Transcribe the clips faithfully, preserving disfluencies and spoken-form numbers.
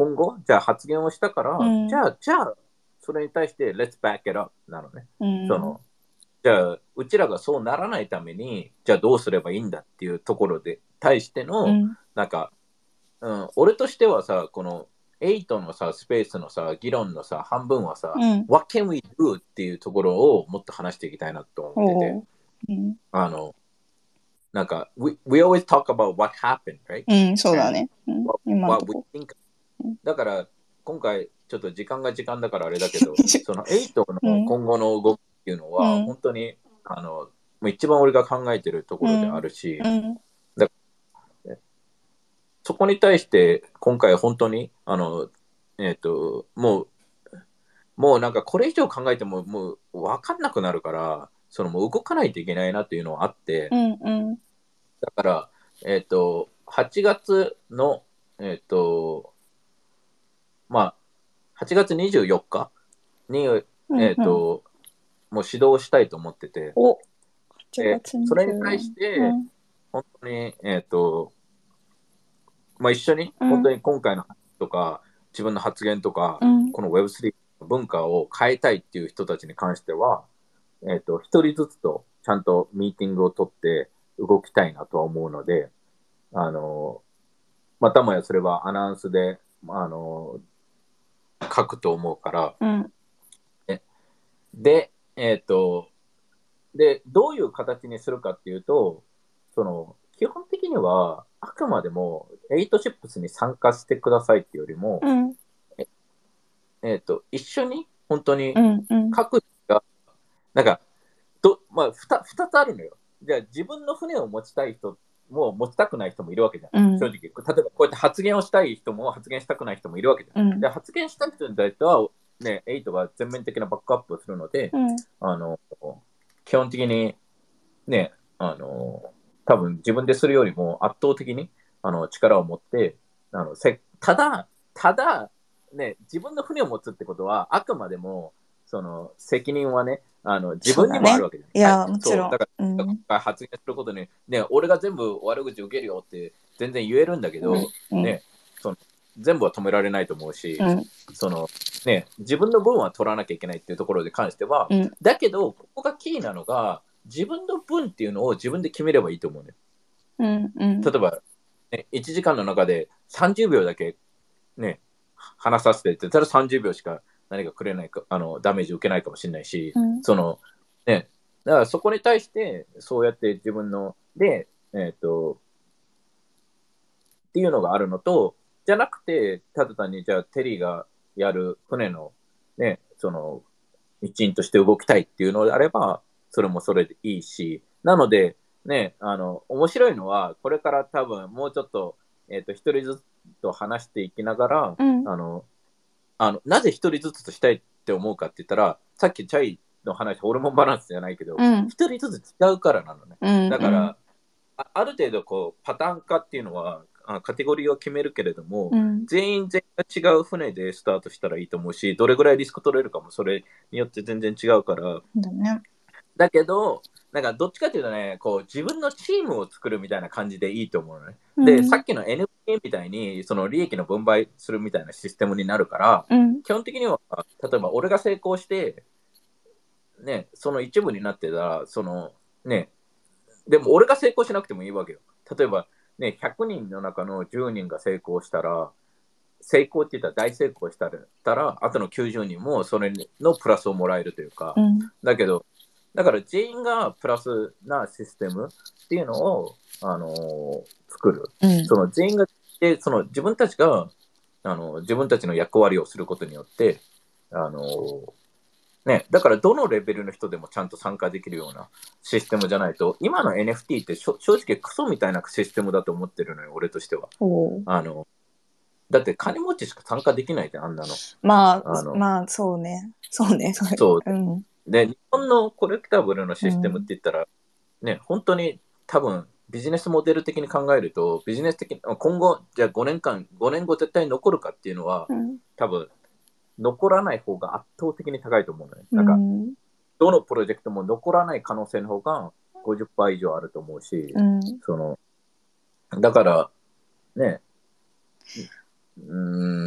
今後、じゃあ発言をしたから、 うんじゃあ、じゃあ、それに対して、let's back it up なのね。 うんその、じゃあ、うちらがそうならないために、じゃあどうすればいいんだっていうところで、対しての、 うんなんか、うん、俺としてはさ、このエイトのさ、スペースのさ、議論のさ、半分はさ、 うん What can we do っていうところをもっと話していきたいなと思ってて、 おううんあの、なんか、we, we always talk about what happened, right? うんそうだ And ね、うん、 what, 今のと what we こ think. うんだから、今回、ちょっと時間が時間だからあれだけど、そのエイトのうん今後の動きっていうのは、 うん本当に、あの、一番俺が考えてるところであうんるし、 うんだそこに対して今回本当に、あの、えっ、と、もう、もうなんかこれ以上考えてももう分かんなくなるから、そのもう動かないといけないなっていうのはあって、 うんうんだから、えっ、と、はちがつの、えっ、と、まあ、はちがつにじゅうよっかに、えっ、 うんうんと、もう指導したいと思ってて、 お8 で、 月それに対しにじゅうよっかて、本当に、えっ、と、まあ、一緒に、 うん本当に今回の話とか、自分の発言とか、 うんこの ウェブスリー の文化を変えたいっていう人たちに関しては、えっ、と、一人ずつとちゃんとミーティングを取って動きたいなとは思うので、あの、またもやそれはアナウンスで、あの、書くと思うから、 うんねで、えっ、と、で、どういう形にするかっていうと、その、基本的には、あくまでも、エイトシップスに参加してくださいっていうよりも、 うんええっ、と、一緒に、本当に、 うんうん各自が、なんか、ど、まあ、ふた、二つあるのよ。じゃあ、自分の船を持ちたい人も持ちたくない人もいるわけじゃん。 うん正直。例えば、こうやって発言をしたい人も発言したくない人もいるわけじゃん。 うんで、発言したい人に対しては、ね、エイトが全面的なバックアップをするので、 うんあの、基本的に、ね、あの、多分自分でするよりも圧倒的にあの力を持って、あのせただ、ただ、ね、自分の船を持つってことは、あくまでも、その責任はね、あの自分にもあるそうだねわけじゃない。 いやもちそう、 ろんだかうんら、今回発言することに、ね、俺が全部悪口受けるよって全然言えるんだけど、 うんうんね、その全部は止められないと思うし、 うんそのね、自分の分は取らなきゃいけないっていうところで関しては、 うんだけど、ここがキーなのが、自分の分っていうのを自分で決めればいいと思うね。 うんうん例えば、ね、いちじかんの中でさんじゅうびょうだけ、ね、話させてって言ったらさんじゅうびょうしか何かくれないか、あのダメージ受けないかもしれないし、 うんその、ね、だからそこに対して、そうやって自分の、で、えっ、と、っていうのがあるのと、じゃなくて、ただ単に、じゃあ、テリーがやる船の、ね、その、一員として動きたいっていうのであれば、それもそれでいいし、なので、ね、あの、面白いのは、これから多分もうちょっと、えっ、と、一人ずつと話していきながら、 うんあの、あの、なぜ一人ずつとしたいって思うかって言ったら、さっきチャイの話、ホルモンバランスじゃないけど、 うん一人ずつ違うからなのね。 うんうんだから、あある程度こうパターン化っていうのはあカテゴリーを決めるけれども、 うん全員全員が違う船でスタートしたらいいと思うし、どれぐらいリスク取れるかもそれによって全然違うから、 だねだけど、なんかどっちかっていうとね、こう自分のチームを作るみたいな感じでいいと思うのね。で、さうんっきの エヌピーエー みたいにその利益の分配するみたいなシステムになるから、 うん基本的には、例えば俺が成功して、ね、その一部になってたら、そのね、でも俺が成功しなくてもいいわけよ。例えば、ね、ひゃくにんの中のじゅうにんが成功したら、成功って言ったら大成功したら、あとのきゅうじゅうにんもそれのプラスをもらえるというか、 うんだけど、だから全員がプラスなシステムっていうのを、あのー作る。 うんその全員が、でその自分たちが、あの自分たちの役割をすることによって、あのーね、だからどのレベルの人でもちゃんと参加できるようなシステムじゃないと、今の エヌエフティー って正直クソみたいなシステムだと思ってるのよ、俺としては。 おうあの、だって金持ちしか参加できないじゃん、あんなの。 まああの、 まあそうねそうねそれそう。 うんで、日本のコレクタブルのうシステムっんて言ったら、ね、本当に多分ビジネスモデル的に考えると、ビジネス的に、今後、じゃあごねんかん、ごねんご絶対残るかっていうのは、 うん多分残らない方が圧倒的に高いと思うのよ。 うなんか、 んどのプロジェクトも残らない可能性の方がごじゅっパーセント以上あると思うし、 うんその、だから、ね、うーん、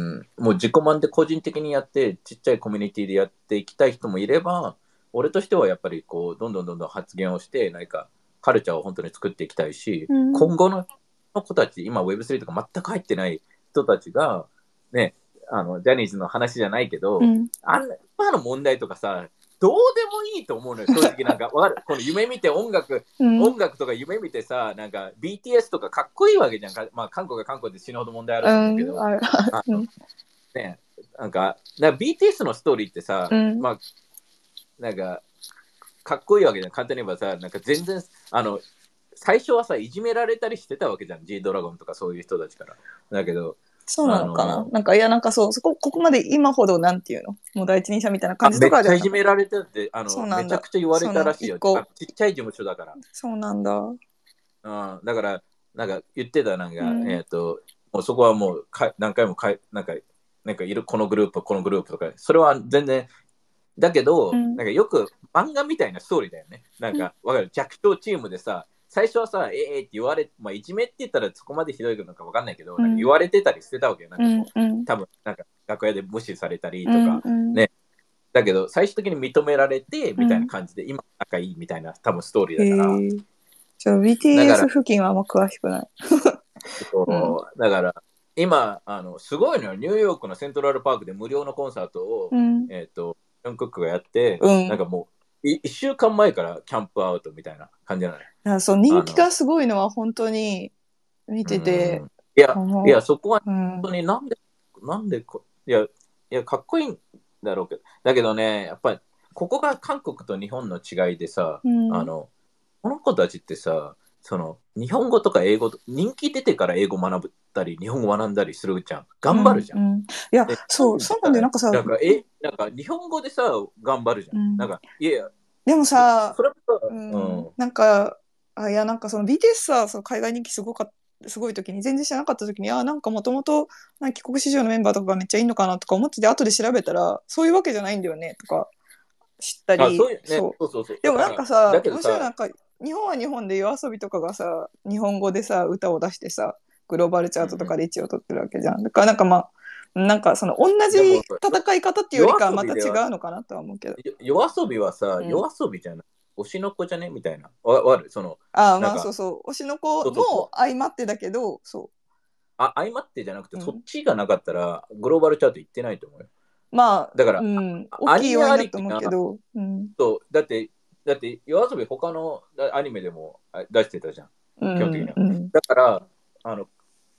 もう自己満で個人的にやってちっちゃいコミュニティでやっていきたい人もいれば、俺としてはやっぱりこうどんどんどんどん発言をして何かカルチャーを本当に作っていきたいし、 うん今後の子たち、今 ウェブスリー とか全く入ってない人たちがね、あのジャニーズの話じゃないけど、 うんあんな今の問題とかさ、どうでもいいと思うのよ、正直。なんかわかる、この夢見て音楽、 うん音楽とか夢見てさ、なんか ビーティーエス とかかっこいいわけじゃんか。まあ韓国が韓国で死ぬほど問題あると思うけど、 うんあるあのね、なんか、なんか ビーティーエス のストーリーってさ、 うんまあ、なんか、かっこいいわけじゃん。簡単に言えばさ、なんか全然、あの、最初はさ、いじめられたりしてたわけじゃん。G ドラゴンとかそういう人たちから。だけど、 そうなのかなあのなんか、いや、なんかそう、そこ、ここまで今ほど、なんていうのもう第一人者みたいな感じあめっちゃとかじゃなかっいじめられてて、あの、 そうなんだめちゃくちゃ言われたらしいよ。 その一個あちっちゃい事務所だから。 た。そうなんだ。 うん、だから、なんか言ってた、なんか、 うんえっ、と、もうそこはもうか何回もかい、なんか、なんかいる、このグループ、このグループとか、それは全然、だけど、 うんなんかよく漫画みたいなストーリーだよね。なんか、わかる、弱小チームでさ、最初はさ、ええー、って言われ、まあ、いじめって言ったらそこまでひどいのかわかんないけど、 うんなんか言われてたりしてたわけよ。なんうかこう、 んうん多分なんか楽屋で無視されたりとうか、 んうんね。だけど、最終的に認められて、みたいな感じで、今仲いいみたいな、多分ストーリーだから。 へえ。じゃあだかビーティーエスら、 付近はあんま詳しくない。 そうだから今あのすごいのよ。ニューヨークのセントラルパークで無料のコンサートを、 うんえっ、とジョン・クックがやって、 うんなんかもういいっしゅうかんまえからキャンプアウトみたいな感じなのよ。 いやそう人気がすごいのは本当に見てうてんいや思ういやそこはうん本当になんでなんでこいやいやかっこいいんだろうけど、だけどね、やっぱりここが韓国と日本の違いでさ、 うんあのこの子たちってさ、その日本語とか英語と人気出てから英語学ぶったり日本語学んだりするじゃん。頑張るじゃん。 うんうんいやでそうそうなんだよなんかさなんかえなんか日本語でさ頑張るじゃん。 うんなんかいやいやでもさそれもさ、 ううんんなんかあいやなんかその ビーティーエス さその海外人気すごかったすごい時に全然知らなかった時にあなんかもともと帰国子女のメンバーとかがめっちゃいいのかなとか思ってて後で調べたらそういうわけじゃないんだよねとか知ったりあそういうねそうそうそうそう。 でもなんかさだけど面白いなんさ、 か日本は日本で夜遊びとかがさ日本語でさ歌を出してさグローバルチャートとかでいちいを取ってるわけじゃん、だからなんかまあなんかその同じでも戦い方っていうよりかはまた違夜遊びではうのかなとは思うけどよ夜遊びはさ、 うん夜遊びじゃない推しの子じゃねみたいな。わわかるそのああまあなんかそうそう推しの子そうそうも相まってだけどそあ相まってじゃなくて、 うんそっちがなかったらグローバルチャート行ってないと思うよ。 うまあだから、 うんあ大きい要因だとアニメありきな思うけど、うんそうだってだって夜遊び他のアニメでもあ出してたじゃん。 うん基本的には。 うんだからあの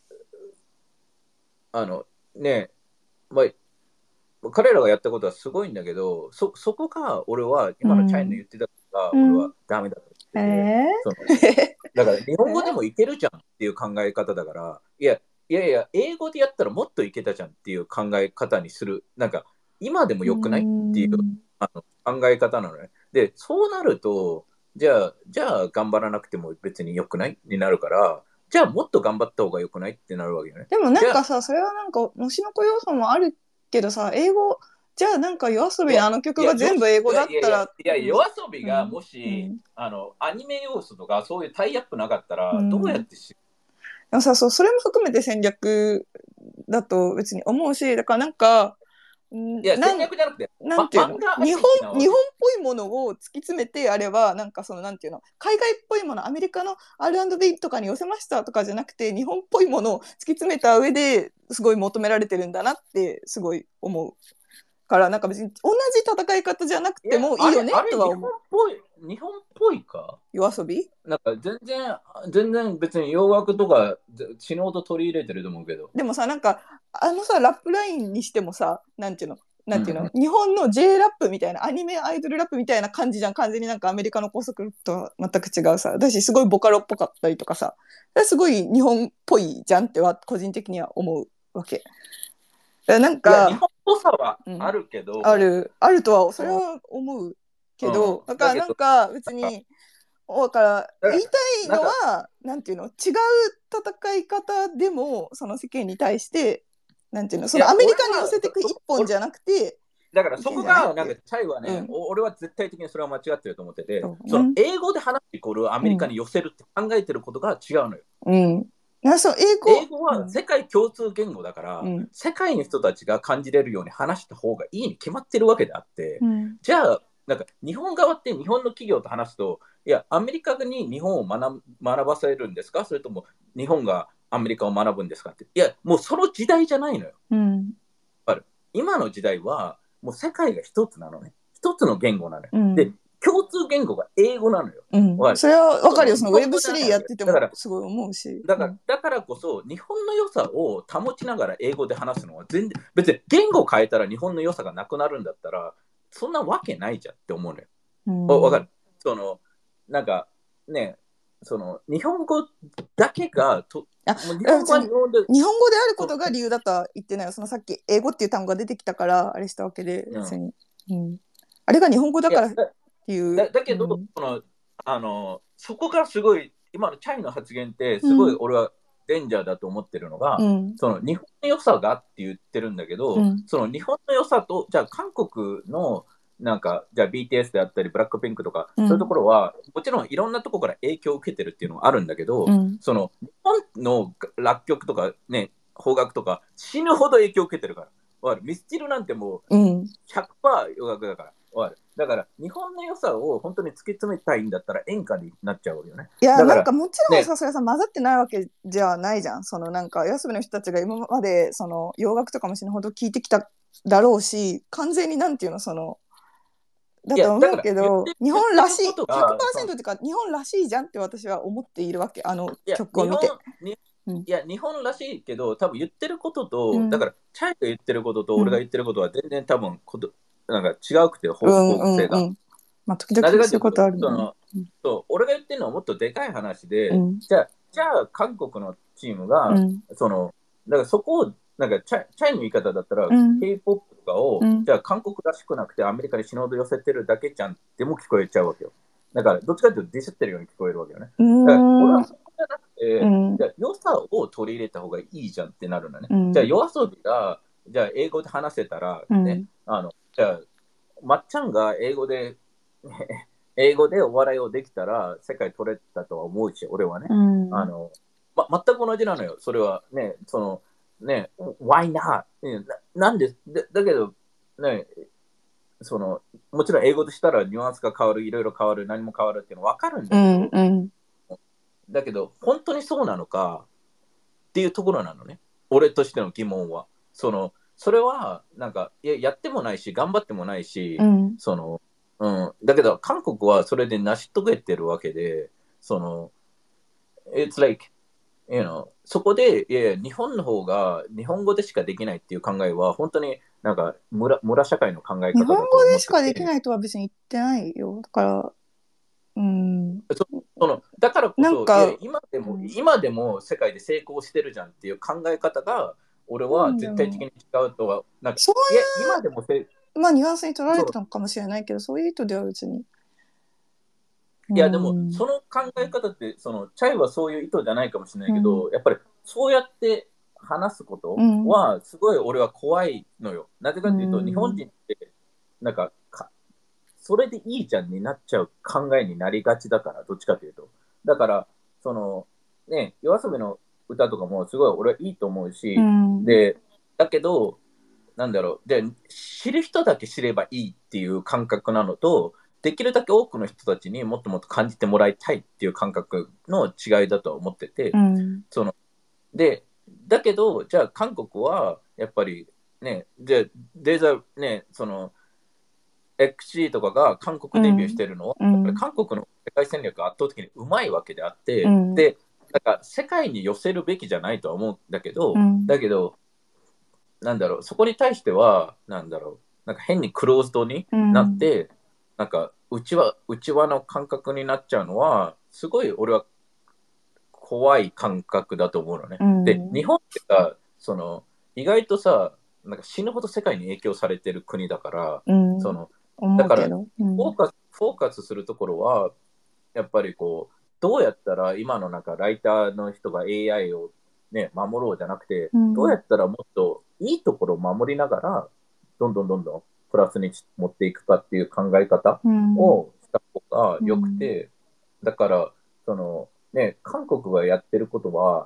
あのねまあ彼らがやったことはすごいんだけど、そそこが俺は今のチャイの言ってたことがうん俺はダメだとへ言ってて、 えそのだから日本語でもいけるじゃんっていう考え方だから、いやいやいや英語でやったらもっといけたじゃんっていう考え方にする、なんか今でもよくないっていうあの考え方なのね。でそうなるとじゃあじゃあ頑張らなくても別によくないになるから、じゃあもっと頑張った方がよくないってなるわけよね。 でもなんかさそれはなんか推しの子要素もあるけどさ英語じゃあなんか夜遊びのあの曲が全部英語だったらいやいやいやいや夜遊びがもし、 うんあのアニメ要素とかそういうタイアップなかったら、 うんどうやってしでもさそうそれも含めて戦略だと別に思うしだからなんかんいやなん戦略じゃなくて、 なんていうのま漫画あり日きなわけ本日本っぽいものを突き詰めてあればなんかそのなんていうの海外っぽいものアメリカの アールアンドビー とかに寄せましたとかじゃなくて日本っぽいものを突き詰めた上ですごい求められてるんだなってすごい思うからなんか別に同じ戦い方じゃなくてもいいよねあれとは思う。 日本っぽい日本っぽいか夜遊びなんか全然全然別に洋楽とか死ぬほど取り入れてると思うけど、 でもさなんかあのさラップラインにしてもさなんていうのなんていうの、 うん日本の J ラップみたいなアニメアイドルラップみたいな感じじゃん完全になんかアメリカの高速とは全く違うさだしすごいボカロっぽかったりとかさすごい日本っぽいじゃんっては個人的には思うわけだなんいやか日本っぽさはあるけど、 あるあるとはそれは思うけど、 うんだからなんか別にだから言いたいのはなんていうの違う戦い方でもその世間に対してなんていうのそのアメリカに寄せていく一本じゃなくてだからそこがなんかチャイはね、 うんお俺は絶対的にそれは間違ってると思ってて、 そうその英語で話すイコールアメリカに寄せるって考えてることが違うのよ。 うんなそう英語英語は世界共通言語だから、 うん、 世界の人たちが感じれるように話した方がいいに決まってるわけであって、 うん、 じゃあ、なんか日本側って日本の企業と話すと、いや、アメリカに日本を学学ばせるんですか、それとも日本がアメリカを学ぶんですかって。いや、もうその時代じゃないのよ。 うん、 今の時代は、もう世界が一つなのね。一つの言語なのよ。 うん、 で、共通言語が英語なのよ。 うん、 わかる？ それはわかるよ。その日本語じゃないウェブスリーわけよ。 やっててだからもすごい思うし。 だから、だからこそ、日本の良さを保ちながら英語で話すのは全然、別に言語を変えたら日本の良さがなくなるんだったら、そんなわけないじゃんって思うのよ。 うん、 わわかる？その、なんか、ね、その、日本語だけがと、 あもう日本語は日本で、 日本語であることが理由だとは言ってないよ。そのさっき英語っていう単語が出てきたからあれしたわけで、 うん、 別に、うん、あれが日本語だいや、 からっていう。 だだけど、 うん、 その、あの、そこからすごい、今のチャイの発言って、すごいうん、 俺はデンジャーだと思ってるのが、 うん、 その日本の良さがって言ってるんだけど、 うん、 その日本の良さと、じゃあ韓国の、なんか、じゃあ ビーティーエス であったり、ブラックピンクとか、 うん、 そういうところは、もちろんいろんなところから影響を受けてるっていうのはあるんだけど、 うん、 その日本の楽曲とかね、邦楽とか、死ぬほど影響を受けてるから。わかる？ミスチルなんてもううん、 ひゃくパーセント洋楽だから。わかる？だから、日本の良さを本当に突き詰めたいんだったら演歌になっちゃうよね。 いや、 だから、 なんかもちろんね、 さ、それさ、混ざってないわけじゃないじゃん。そのなんか、夜遊びの人たちが今まで、その、洋楽とかも死ぬほど聞いてきただろうし、完全になんていうの、その、だいや、 と思うだからけど、 言って、 日言っ本らしい、 てることが、そのひゃくパーセントっていうか、日本らしいじゃんって私は思っているわけ、あのいや、日本、 曲を見て。 にうん、 いや、日本らしいけど、多分言ってることと、だうん、 から、チャイが言ってることとうん、 俺が言ってることは全然多分こと、なんか違うくて、方うん、うん、 向性が。 うん。まあ、時々 なぜかそういうことというと、 あるよね。 その、そう、俺が言ってるのはもっとでかい話で、 うん、 じゃあ、じゃあ、韓国のチームが、 うん、 その、だからそこを、なんかチャイ、チャイの言い方だったら、 うん、 K-ケーポップ とかを、 うん、 じゃあ韓国らしくなくてアメリカに死ぬほど寄せてるだけじゃんっても聞こえちゃうわけよ。だから、どっちかというとディスってるように聞こえるわけよね。 うだから、俺ん、 はそこじゃなくて、 うん、 じゃあ、良さを取り入れた方がいいじゃんってなるんだね。 うん、 じゃあ、夜遊びが、じゃあ、英語で話せたら、ね、 うん、 あの、じゃあ、まっちゃんが英語で、英語でお笑いをできたら世界取れたとは思うし、俺はね。 うん、 あの、ま、全く同じなのよ。それはね、その、ね、why not? ねななんで、だだけど、ね、その、もちろん英語でしたらニュアンスが変わる、いろいろ変わる、何も変わるっていうのはわかるんうん、 だけど、 うん、 だけど、本当にそうなのかっていうところなのね。俺としての疑問は。その、それは、なんか、いや、やってもないし、頑張ってもないし、 うん、 その、うん、だけど、韓国はそれで成し遂げてるわけで、その、it's like, you know, そこで、いやいや、日本の方が日本語でしかできないっていう考えは、本当になんか村、村社会の考え日本語方だと思っでしかできてて、 ないとは別に言ってないよ。だから、うん、 そそのだからこそ、いや、 なんか、 今でも、 うん、 今でも世界で成功してるじゃんっていう考え方が、俺はなんだろう。 絶対的に違うとは、なんか、 そういや、今でもせ、 いう、まあ、ニュアンスに取られてそう、 たのかもしれないけど、そういう意図では別に。ういや、でも、 ん、 その考え方って、その、チャイはそういう意図じゃないかもしれなうん、 いけど、やっぱり、そうやって話すことうん、 は、すごい俺は怖いのよ。なぜうかというと、日本ん、 人って、なんか、かそれでいいじゃんになっちゃう考えになりがちだから、どっちかというと。だから、その、ね、夜遊びの歌とかもすごい俺はいいと思ううし、 ん、 で、だけど、なんだろう、で、知る人だけ知ればいいっていう感覚なのと、できるだけ多くの人たちにもっともっと感じてもらいたいっていう感覚の違いだとは思ってて、 うん、 その、で、だけど、じゃあ韓国は、やっぱりね、じゃあ、デザ、ね、その、エックスジー とかが韓国デビューしうん、 てるのは、やっぱりうん、 韓国の世界戦略が圧倒的にうまいわけであって、 うん、 で、なんか世界に寄せるべきじゃないとは思うんだけど、 うん、 だけど、なんだろう、そこに対しては、なんだろう、なんか変にクローズドにうん、 なって、なんか内輪、内輪の感覚になっちゃうのは、すごい俺は怖い感覚だと思うのね。 うで、日ん、 本ってさ、その、意外とさ、なんか死ぬほど世界に影響されてる国だから、 うん、 その、だから、 思うけど。うん、 フォーカス、フォーカスするところは、やっぱりこう、どうやったら今のなんかライターの人が エーアイ をね、守ろうじゃなくて、 うん、 どうやったらもっといいところを守りながら、どんどんどんどんプラスに持っていくかっていう考え方うん、 をした方が良くうん、 て、だから、その、ね、韓国がやってることは、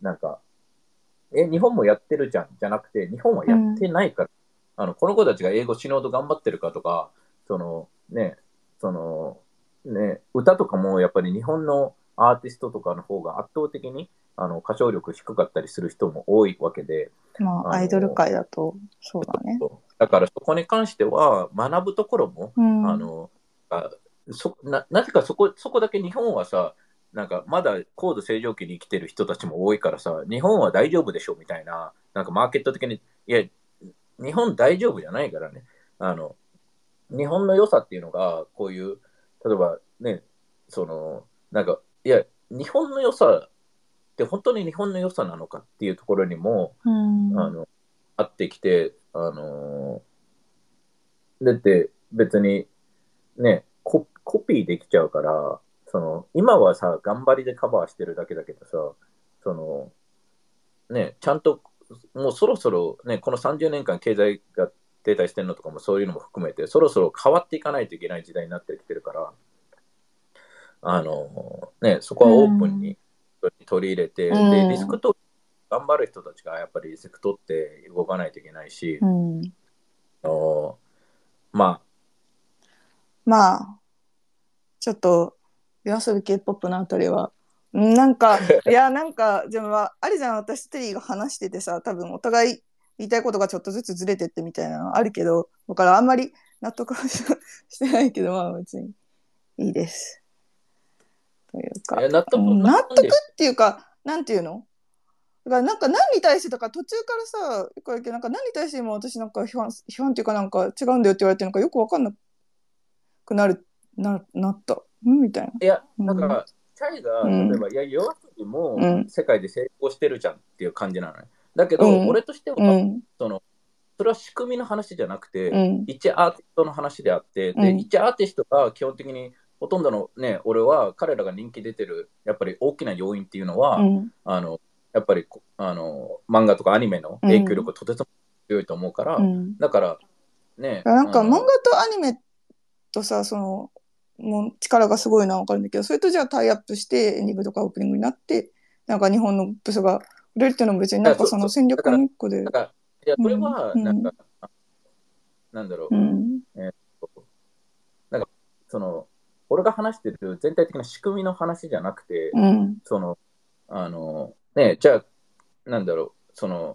なんか、え、日本もやってるじゃんじゃなくて、日本はやってないから、うん、あのこの子たちが英語死ぬほど頑張ってるかとか、そのね、そのね、歌とかもやっぱり日本のアーティストとかの方が圧倒的にあの歌唱力低かったりする人も多いわけで、 まあ、アイドル界だとそうだね。 だからそこに関しては学ぶところも、うん、あのあそ な, なぜかそこそこだけ日本はさ、なんかまだ高度成長期に生きてる人たちも多いからさ、日本は大丈夫でしょみたいな、なんかマーケット的に、いや、日本大丈夫じゃないからね。あの日本の良さっていうのが、こういう、例えばね、その、なんか、いや、日本の良さって本当に日本の良さなのかっていうところにも、 うん、 あの、あってきて、あの、だって別にね、コ、コピーできちゃうから、その、今はさ、頑張りでカバーしてるだけだけどさ、その、ね、ちゃんと、もうそろそろね、このさんじゅうねんかん経済が停滞してるのとかもそういうのも含めて、そろそろ変わっていかないといけない時代になってきてるから、あの、ね、そこはオープンに取り入れて、うん、で、リスクと頑張る人たちがやっぱりリスク取って動かないといけないし、うん、のまあ、 まあ、ちょっと、夜遊び K-ポップ のあたりは、なんか、いや、なんか、でも、あれじゃん、私、テリーが話しててさ、多分お互い言いたいことがちょっとずつずれてってみたいなのあるけど、だからあんまり納得はしてないけど、まあ別にいいです。というか、納得、納得っていうか、なんていうの？だからなんか何に対してとか途中からさ、なんか何に対しても私なんか批判、批判っていうかなんか違うんだよって言われてなんかよくわかんなくなる、な、なった。んみたいな。 いや、だから、チャイが、例えば、うん、いや、夜遊びも世界で成功してるじゃんっていう感じなのね。だけど、うん、俺としては、うん、その、それは仕組みの話じゃなくて、うん、一アーティストの話であって、で、一アーティストが基本的に、ほとんどのね、俺は彼らが人気出てる、やっぱり大きな要因っていうのは、うん、あの、やっぱりあの漫画とかアニメの影響力とても強いと思うから、うん、だからね。 なんか漫画とアニメとさ、その、もう力がすごいのは分かるんだけど、それとじゃあタイアップしてエンディングとかオープニングになって、なんか日本のブスが売れるっていうのも別になんかその戦略の一個で。 だから、いや、これは、なんか、うん、なんだろう。うん、えー、っと、なんか、その、俺が話してる全体的な仕組みの話じゃなくて、うん、その、あの、ね、じゃあ、なんだろう、その、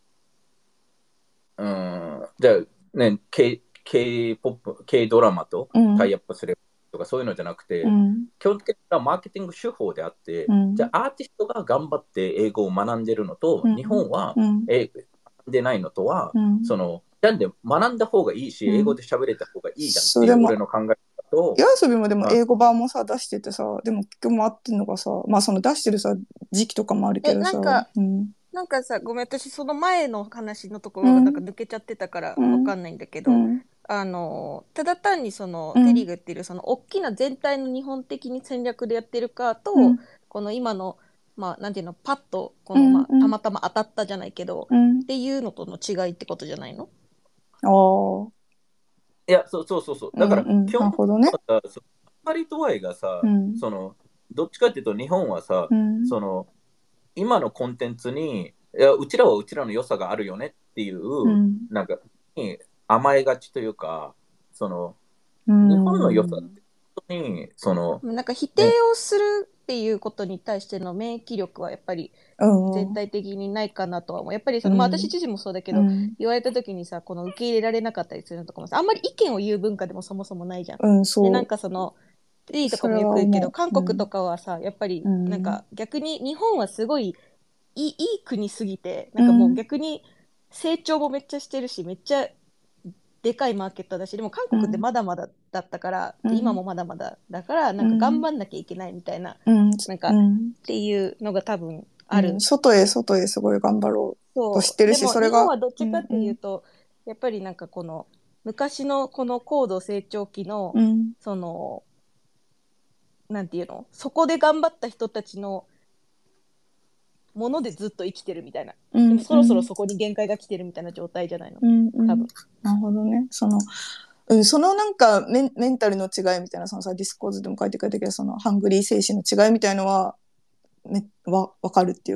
うん、じゃあ、ね、K、K-ポップ、K ドラマとタイアップすればとかそういうのじゃなくて、うん、基本的なマーケティング手法であって、うん、じゃあアーティストが頑張って英語を学んでるのと、うん、日本は英語学んでないのとは、うん、その、なんで学んだ方がいいし、英語で喋れた方がいいじゃんっていう俺の考えだと。 夜遊びもでも英語版もさ出しててさ、でも結局回ってんのがさ、まあその出してるさ時期とかもあるけどさ。 なんか、うん、なんかさ、ごめん、私その前の話のところがなんか抜けちゃってたからわかんないんだけど、うん、あのただ単にその、うん、テリーが言ってるその大きな全体の日本的に戦略でやってるかと、うん、この今のまあなんていうのパッとこの、まあ、たまたま当たったじゃないけど、うん、っていうのとの違いってことじゃないの？ ああ。 いや、そうそうそうそう。だから、基本的にはさ、そのパリ度合いがさ、うん、その、どっちかっていうと日本はさ、うん、その、今のコンテンツに、いや、うちらはうちらの良さがあるよねっていう、うん、なんか、に甘えがちというか、その、日本の良さって本当に、その、 なんか否定をするっていうことに対しての免疫力はやっぱり全体的にないかなとは思う。やっぱりその、まあ私自身もそうだけど、うん、言われた時にさ、この受け入れられなかったりするのとかもさ、あんまり意見を言う文化でもそもそもないじゃん。うん、そうで、なんかその、いいとかもよく言うけど、韓国とかはさ、やっぱりなんか逆に日本はすごいいい、いい国すぎて、なんかもう逆に成長もめっちゃしてるし、めっちゃでかいマーケットだし、でも韓国ってまだまだだったから、うん、今もまだまだだから、なんか頑張んなきゃいけないみたいな、うん、なんか、うん、っていうのが多分ある。 うん、外へ外へすごい頑張ろうとしてるし、それが。 でも日本はどっちかっていうと、うんうん、やっぱりなんかこの、昔のこの高度成長期の、うん、その、なんていうの？そこで頑張った人たちのものでずっと生きてるみたいな、うんうん、でもそろそろそこに限界が来てるみたいな状態じゃないの、うんうん、多分。 なるほどね。その、うん、そのなんかメン、メンタルの違いみたいな、そのさディスコーズでも書いてくれたけど、そのハングリー精神の違いみたいのはめわ分かるっていうか、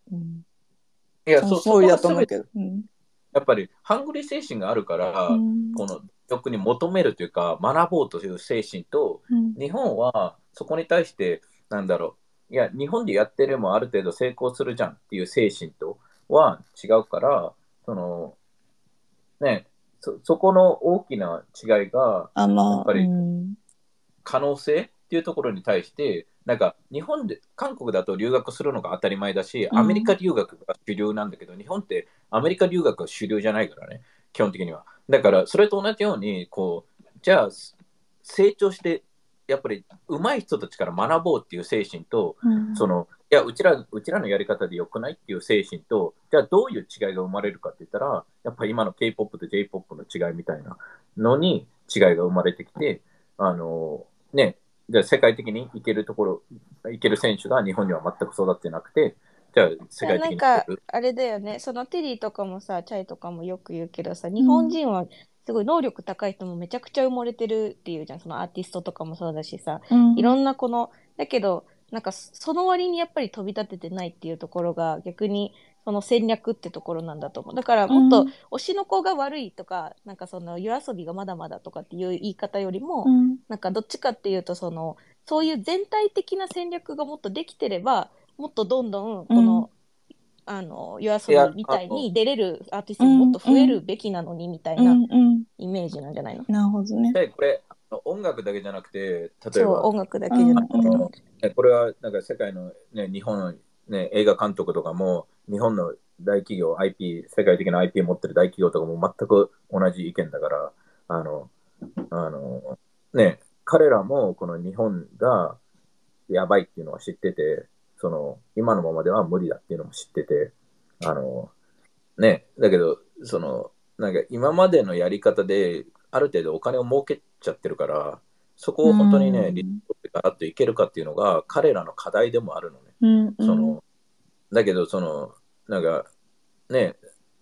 うん、 いや、 そのそ、そこ通りだはすべて、 と思うけど。うん。 やっぱり、ハングリー精神があるかうら、 ん。 この、俗に求めるというか、学ぼうという精神と、 うん。 日本はそこに対して、なんだろう、いや、日本でやってるもある程度成功するじゃんっていう精神とは違うから、その、ね、そ、そこの大きな違いが、 あ、まあ、うやっぱりん。 可能性っていうところに対して、なんか日本で、韓国だと留学するのが当たり前だし、アメリカうん。 留学が主流なんだけど、日本ってアメリカ留学が主流じゃないからね、基本的には。だから、それと同じように、こう、じゃあ、成長して、やっぱり上手い人たちから学ぼうっていう精神と、 うん。 その、いや、うちら、うちらのやり方で良くないっていう精神と、じゃあどういう違いが生まれるかって言ったら、やっぱり今の K-ポップ と J-ポップ の違いみたいなのに違いが生まれてきて、あの、ね、じゃあ世界的に行けるところ、行ける選手が日本には全く育ってなくて、じゃあ世界的なんか、 に行ける。 あれだよね。そのテリーとかもさ、チャイとかもよく言うけどさ、日本うん。 人はすごい能力高い人もめちゃくちゃ埋もれてるっていうじゃん。そのアーティストとかもそうだしさ、いろうん。 んなこの、だけど、なんかその割にやっぱり飛び立ててないっていうところが逆にその戦略ってところなんだと思う。だからもっとうん。 推しの子が悪いとか、なんかその夜遊びがまだまだとかっていう言い方よりも、 うん。 なんかどっちかっていうとその、そういう全体的な戦略がもっとできてれば、もっとどんどんうん。 このあの夜いや、 遊びみたいあの、 に出れるアーティストももっうん。 と増えうん。 るべきなのにみたいなうん。うん。 イメージなんじゃないの？ なるほどね。 でこれ、音楽だけじゃなくて、例えそう、 ば、 音楽だうけじゃん。うん。 なくてね。 ねこれはなんか世界の、ね、日本の、ね、映画監督とかも、日本の大企業、アイピー、世界的な アイピー 持ってる大企業とかも全く同じ意見だから、あの、あの、ね、彼らもこの日本がやばいっていうのは知ってて、その、今のままでは無理だっていうのも知ってて、あの、ね、だけど、その、なんか今までのやり方で、ある程度お金を儲けちゃってるから、そこうを本当にね、リスん。 トってガラッといけるかっていうのが、彼らの課題でもあるのね。 うん。うん。 その、だけど、その、なんか、ね、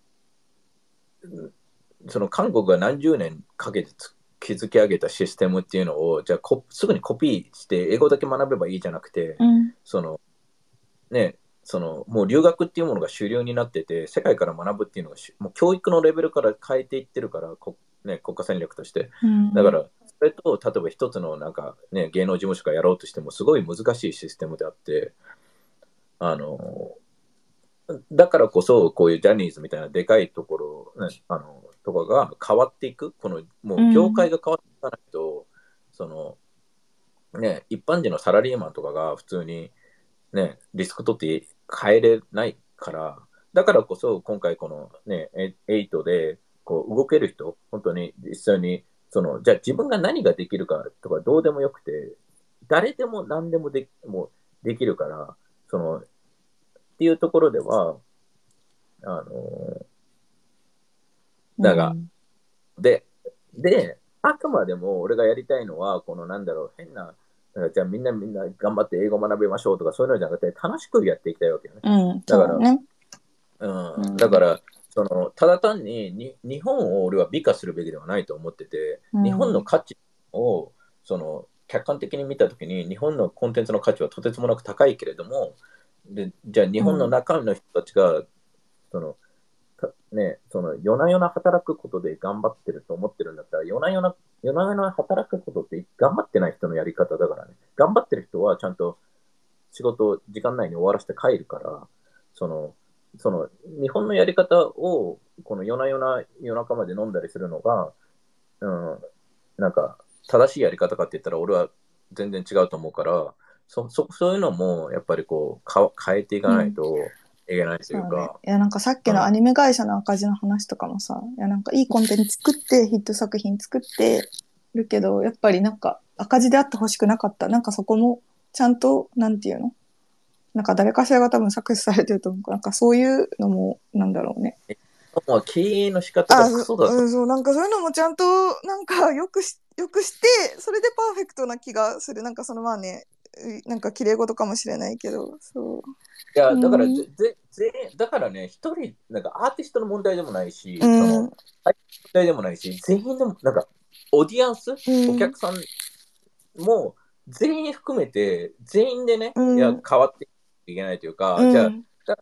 その韓国が何十年かけて築き上げたシステムっていうのを、じゃあこすぐにコピーして、英語だけ学べばいいじゃなくて、 うん。 その、ね、そのもう留学っていうものが主流になってて、世界から学ぶっていうのがもう教育のレベルから変えていってるから、こね、国家戦略として。 うん。 だから、それと、例えば一つのなんか、ね、芸能事務所がやろうとしても、すごい難しいシステムであって、あの、だからこそ、こういうジャニーズみたいなでかいところ、ね、あのとかが変わっていく、このもう業界が変わっていかないと、そのね、一般人のサラリーマンとかが普通にね、リスク取って変えれないから、だからこそ今回このね、エイトでこう動ける人、本当に実際に、その、じゃあ自分が何ができるかとかどうでもよくて、誰でも何でもでもできるから、その、っていうところでは、あの、だが、 うん。 で、で、あくまでも俺がやりたいのは、このなんだろう、変な、なんかじゃあみんなみんな頑張って英語学びましょうとかそういうのじゃなくて、楽しくやっていきたいわけよね。 うん。 だから、 そうね。 うん、だうん。 から、その、ただ単にに日本を俺は美化するべきではないと思ってて、 う日本のん。 価値を、その、客観的に見たときに、日本のコンテンツの価値はとてつもなく高いけれども、でじゃあ日本のうん。 中の人たちが、その、ね、その夜な夜な働くことで頑張ってると思ってるんだったら、夜な夜な、夜な夜な働くことって頑張ってない人のやり方だからね。頑張ってる人はちゃんと仕事を時間内に終わらせて帰るから、その、その、日本のやり方を、この夜な夜な夜中まで飲んだりするのが、うん、なんか、正しいやり方かって言ったら、俺は全然違うと思うから、そ、そ、そういうのも、やっぱりこう、か変えていかうん。 ないといけないといそうね。 うか、 いや、なんかさっきうん、 のアニメ会社の赤字の話とかもさ、いや、なんかいいコンテンツ作って、ヒット作品作ってるけど、やっぱりなんか赤字であってほしくなかった。なんかそこも、ちゃんと、なんていうのなんか誰かしらが多分搾取されてると思う。なんかそういうのも、なんだろうね。 もう経営の仕方があ、 クソだと。 そうん、そう、なんかそういうのもちゃんと、なんかよくし、よくして、それでパーフェクトな気がする。なんかそのまあね、うなんか綺麗事かもしれないけど、そう。 いや、だからうん。 ぜ、ぜ、ぜ、だからね、一人、なんかアーティストの問題でもないし、その、 うん。 問題でもないし、全員でも、なんか、オーディエンス、 うん。 お客さんも全員含めて、全員でね、 ういや、 ん。 変わっていけないというか、じゃあ、 うん。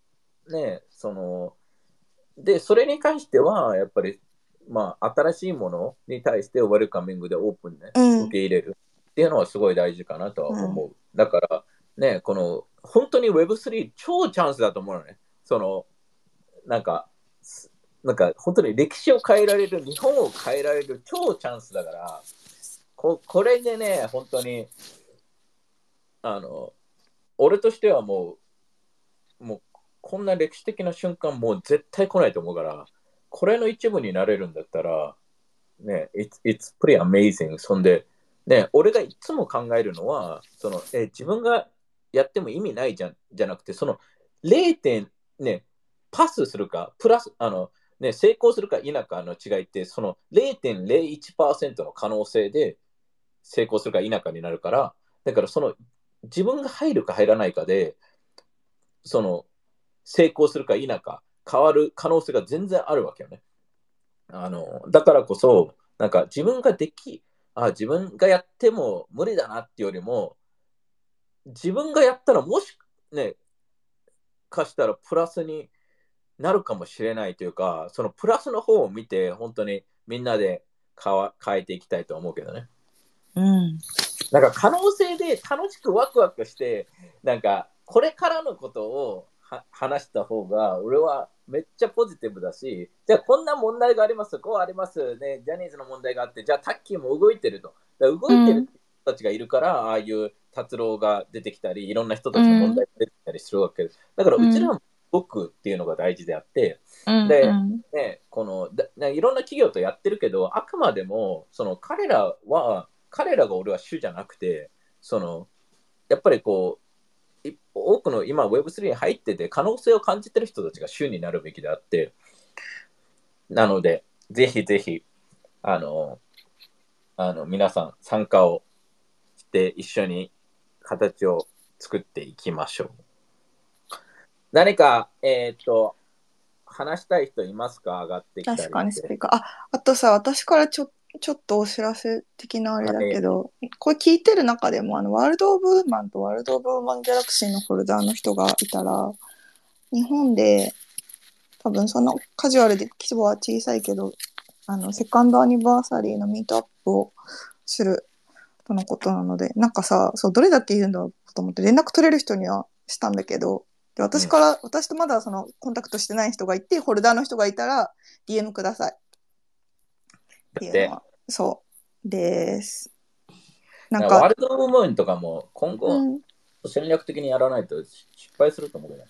ね、その、で、それに関しては、やっぱり、まあ、新しいものに対してウェルカミングでオープンね、 うん、 受け入れるっていうのはすごい大事かなとは思う。 うん、 だから、ね、この、本当に ウェブスリー 超チャンスだと思うのね。その、なんか、なんか本当に歴史を変えられる、日本を変えられる超チャンスだから、こ, これでね、本当に、あの、俺としてはもう、もう、こんな歴史的な瞬間もう絶対来ないと思うから、これの一部になれるんだったら、ね、it's, it's pretty amazing. そんで、ね、俺がいつも考えるのは、その、え、自分がやっても意味ないじゃん、じゃなくて、そのれいてん、ね、パスするか、プラス、あの、ね、成功するか否かの違いって、その れいてんれいいちパーセント の可能性で成功するか否かになるから、だからその自分が入るか入らないかで、その成功するか否か変わる可能性が全然あるわけよね。あの、だからこそ、なんか自分ができ、あ、自分がやっても無理だなっていうよりも、自分がやったらもしね、かしたらプラスになるかもしれないというか、そのプラスの方を見て、本当にみんなで変わ変えていきたいと思うけどね。 うん。 なんか可能性で楽しくワクワクして、なんかこれからのことをは話した方が、俺はめっちゃポジティブだし、じゃあこんな問題があります、こうありますね、ジャニーズの問題があって、じゃあタッキーも動いてると。だから動いてる人たちがいるから、ああいう達郎が出てきたり、いろんな人たちの問題が出てきたりするわけです。だからうちらも動くっていうのが大事であって、で、ね、このだいろんな企業とやってるけど、あくまでもその彼らは、彼らが俺は主じゃなくて、そのやっぱりこう、多くの今 ウェブスリー に入ってて可能性を感じてる人たちが主になるべきであって、なので、ぜひぜひ、あの、あの皆さん参加をして一緒に形を作っていきましょう。何か、えっと、話したい人いますか？上がってきたりして。 確かにスピーカー。あ、あとさ、私からちょちょっとお知らせ的なあれだけど、はい、これ聞いてる中でもあのワールド・オブ・ウーマンとワールド・オブ・ウーマン・ギャラクシーのホルダーの人がいたら、日本で多分そのカジュアルで規模は小さいけど、あのセカンドアニバーサリーのミートアップをするとのことなので、なんかさ、そうどれだけ言うんだろうと思って連絡取れる人にはしたんだけど、で私から、うん、私とまだそのコンタクトしてない人がいて、ホルダーの人がいたら ディーエム くださいっていうのはそうです。 なんかワールド・オブ・ムーンとかも今後、うん、戦略的にやらないと失敗すると思うけど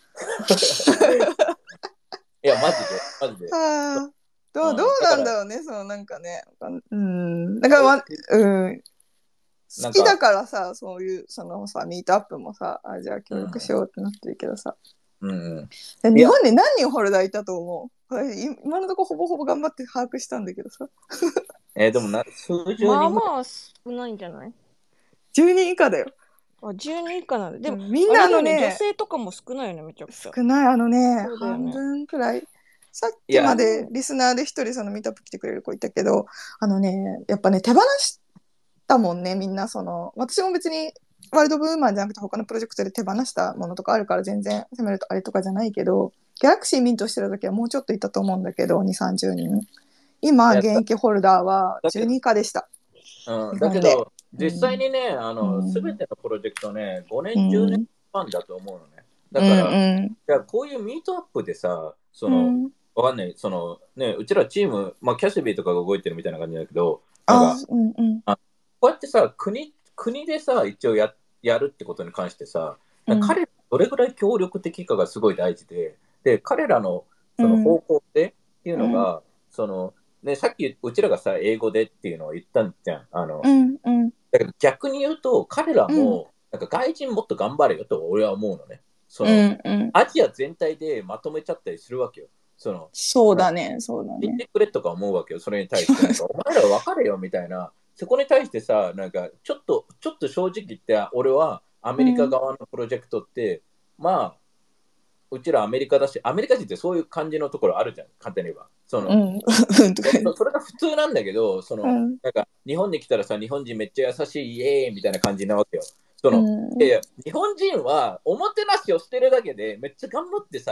いやマジでマジであどう、どうなんだろうね、そのなんかね、うん、だから、ま、うん好きだからさ、そういうそのさミートアップもさ、あじゃあ協力しようってなってるけどさ、 うんうん、 日本で何人ホルダーいたと思う？今のところほぼほぼ頑張って把握したんだけどさえー、でもな数十人まあまあ少ないんじゃない？ じゅうにん以下だよ。 あ、じゅうにん以下なんだ。でも、 うん、みんなあのね、 女性とかも少ないよね、めちゃくちゃ。 少ない、あのね、 ね半分くらい。さっきまでリスナーで一人そのミートアップ来てくれる子いたけど、あのね、やっぱね、手放したもんね、みんな。その、私も別にワールド・オブ・ウーマンじゃなくて他のプロジェクトで手放したものとかあるから全然責めるとあれとかじゃないけど、ギャラクシーミントしてる時はもうちょっといたと思うんだけど、にじゅう、さんじゅうにん。今、現役ホルダーはじゅうにん以下でした。 うん、だけど、実際にね、あの、すべ、うん、てのプロジェクトね、ごねん、じゅうねんファンだと思うのね。だから、うんうん、じゃあこういうミートアップでさ、その、うん、わかんない、その、ね、うちらチーム、まあ、キャシビーとかが動いてるみたいな感じだけど、なんか、うんうん、あこうやってさ、国、国でさ、一応や、やるってことに関してさ、彼らどれぐらい協力的かがすごい大事で、で、彼らのその方向性っていうのが、うん、その、ね、さっきうちらがさ、英語でっていうのを言ったんじゃん。あの、うんうん、だけど逆に言うと、彼らも、なんか外人もっと頑張れよと俺は思うのね。その、うんうん、アジア全体でまとめちゃったりするわけよ。そのそうだね、そうだね。 言ってくれとか思うわけよ、それに対して。なんかお前ら分かれよみたいな。そこに対してさ、なんかちょっと、ちょっと正直言って、俺はアメリカ側のプロジェクトって、うん、まあ、うちらアメリカだし、アメリカ人ってそういう感じのところあるじゃん、簡単に言えば。その、うん、それが普通なんだけど、その、うん、なんか日本に来たらさ、日本人めっちゃ優しい、イエーイみたいな感じなわけよ。その、うん、いやいや日本人はおもてなしをしてるだけで、めっちゃ頑張ってさ、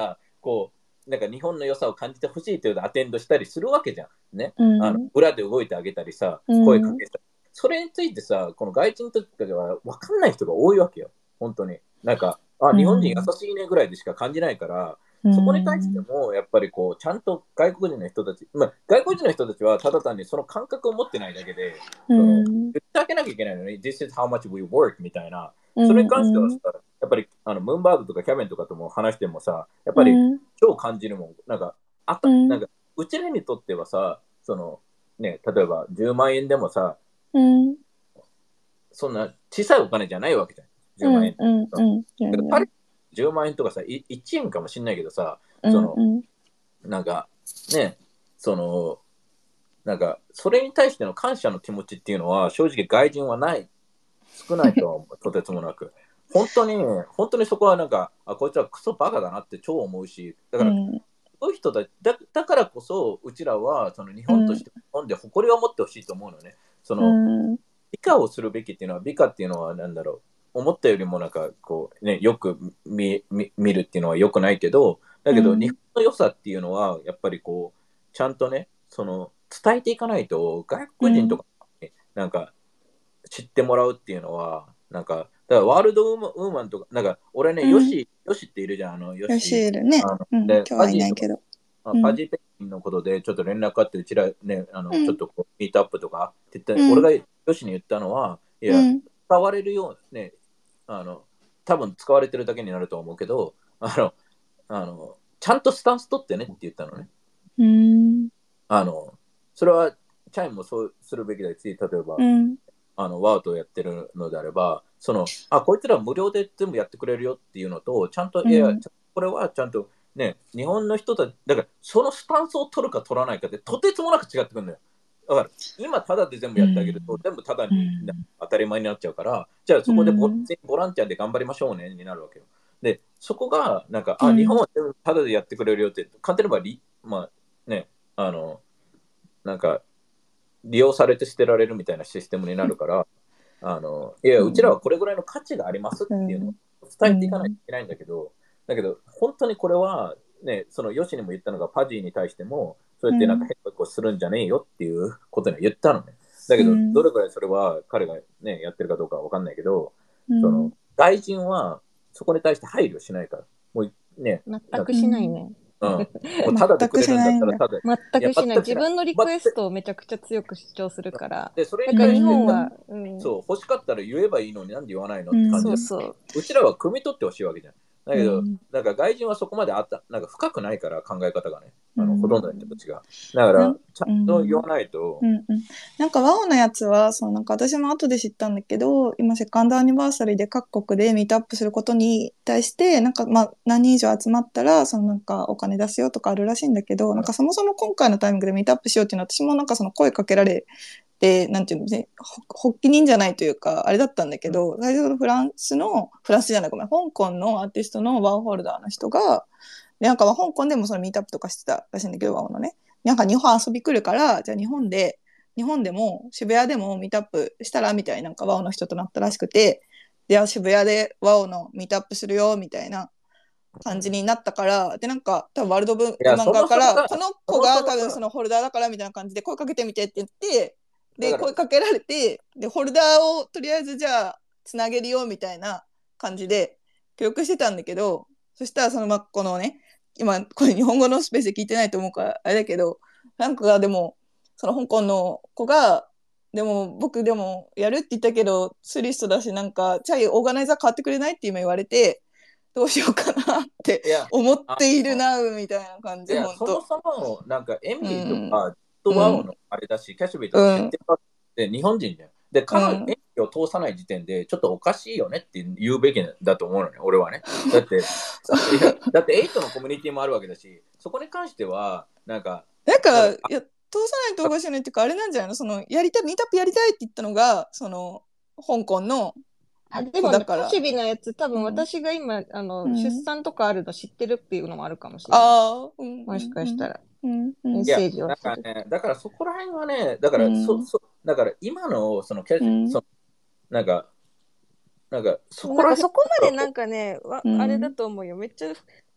こう、なんか日本の良さを感じてほしいというのをアテンドしたりするわけじゃん。ね。 うん、 あの裏で動いてあげたりさ、 うん声かけたり。それについてさ、この外人とかでは分かんない人が多いわけよ。本当に。なんか、あ、日本人優しいねぐらいでしか感じないから、 うん、 そこに対しても、やっぱりこう、ちゃんと外国人の人たち、まあ、外国人の人たちはただ単にその感覚を持ってないだけで、そのうん言ってあげなきゃいけないのに、This is how much we work みたいな、 うんそれに関してはさ、やっぱりあのムーンバーグとかキャベンとかとも話してもさ、やっぱりうん超感じるもん。なんか、あた、 うんなんかうちらにとってはさ、その、ね、例えばじゅうまん円でもさ、 うんそんな小さいお金じゃないわけじゃん。じゅうまん円って。 うんうんだから彼じゅうまん円とかさ、いいちえんかもしんないけどさ、その、 うんなんか、ね、その、なんか、それに対しての感謝の気持ちっていうのは、正直外人はない、少ないとは思う、とてつもなく。本当に、本当にそこはなんか、あ、こいつはクソバカだなって超思うし、だから、 うんそういう人たちだ、だからこそ、うちらは、その日本として、日本で誇りを持ってほしいと思うのね。その、 うん美化をするべきっていうのは、美化っていうのは、なんだろう、思ったよりもなんか、こう、ね、よく見見見るっていうのは良くないけど、だけど、 うん日本の良さっていうのは、やっぱりこう、ちゃんとね、その、伝えていかないと、外国人とかに、なんか、知ってもらうっていうのは、なんか、だからワールドウーマンウーマンとか、なんか、俺ね、 うんヨシ、ヨシっているじゃん、あの、ヨヨシ。 シールねあのうんで、 今日はパジーとか、 いないけどあうんパジーペンギンのことでちょっと連絡あって、うちらね、あの、 うんちょっとこうミートアップとかって言って、 うん俺がヨシに言ったのは、いや、 うん使われるようね、あの、多分使われてるだけになると思うけど、あの、あの、ちゃんとスタンス取ってねって言ったのね。 うんあの、それは、チャイムもそうするべきだし、例えば、 うんあの、ワウトやってるのであれば、その、あ、こいつら無料で全部やってくれるよっていうのと、ちゃんと、 うんいや、これはちゃんと、ね、日本の人たち、だから、そのスタンスを取るか取らないかって、とてつもなく違ってくるんだよ。だから、今、タダで全部やってあげると、 うん全部タダにうん当たり前になっちゃうから、じゃあそこでボ,、 うんボランティアで頑張りましょうねになるわけよ。で、そこが、なんか、あ、 うん日本は全部タダでやってくれるよって、簡単に言えばリ、まあ、ね、あの、なんか、利用されて捨てられるみたいなシステムになるから、あのいや、うちらはこれぐらいの価値がありますっていうのを伝えていかないといけないんだけど、だけど、本当にこれは、ね、そのヨシにも言ったのが、パジーに対しても、そうやってなんか変なことするんじゃねえよっていうことには言ったのね。だけど、どれぐらいそれは彼が、ね、やってるかどうかは分かんないけど、 うんその外人はそこに対して配慮しないから、もうね、 全くしないね。 うん、もうただでくれるんだったらただ、 全くしない。 いや全く自分のリクエストをめちゃくちゃ強く主張するから。 で、それだから日に対して、 本は、うんそう、欲しかったら言えばいいのになんで言わないのって感じだ、 そうそう。 うちらは汲み取ってほしいわけじゃん。だけど、 うんなんか外人はそこまであったなんか深くないから考え方がね、あのうんほとんどの人たちが。だからうん、 ちゃんと言わないと、 うんうん、なんかワオのやつはそうなんか私も後で知ったんだけど、今セカンドアニバーサリーで各国でミートアップすることに対してなんかまあ何人以上集まったらそのなんかお金出すよとかあるらしいんだけど、なんかそもそも今回のタイミングでミートアップしようっていうのは私もなんかその声かけられて、なんていうの、ね、発起人じゃないというかあれだったんだけど、最初のフランスのフランスじゃないごめん香港のアーティストのワーホルダーの人がでなんか香港でもそのミートアップとかしてたらしいんだけど、ワオのね、なんか日本遊び来るからじゃあ日本で日本でも渋谷でもミートアップしたらみたいな、なんかワオの人となったらしくて、では渋谷でワオのミートアップするよみたいな感じになったから、でなんか多分ワールドブーマン側からこの子が多分そのホルダーだからみたいな感じで声かけてみてって言って、で声かけられて、でホルダーをとりあえずじゃあつなげるよみたいな感じで協力してたんだけど、そしたらそのまこのね、今これ日本語のスペースで聞いてないと思うからあれだけど、なんかでもその香港の子がでも僕でもやるって言ったけどスリストだし、なんかチャイオーガナイザー変わってくれないって今言われて、どうしようかなって思っているなみたいな感じ。 いや本当そもそもなんかエミリーとかとワオのあれだし、うん、キャシュビーとか知ってるかって日本人じゃん。で彼女、うん、エミリーを通さない時点でちょっとおかしいよねって言うべきだと思うのね、俺はね。だっていやだってエイトのコミュニティもあるわけだし、そこに関してはなんかなんかいや通さないとおかしいねっていうかあれなんじゃないの、そのやりたいミートアップやりたいって言ったのがその香港のあでも、ね、キャシビのやつ多分私が今、うん、あの、うん、出産とかあるの知ってるっていうのもあるかもしれない。 あ、うん、 もしかしたら、 うんうん、 メッセージをする。ね、だからそこら辺はね、だから、うん、そそだから今のそのキャシ、うん、そのなんかなんかそこらそこまでなんかね、うん、あれだと思うよ。めっちゃフ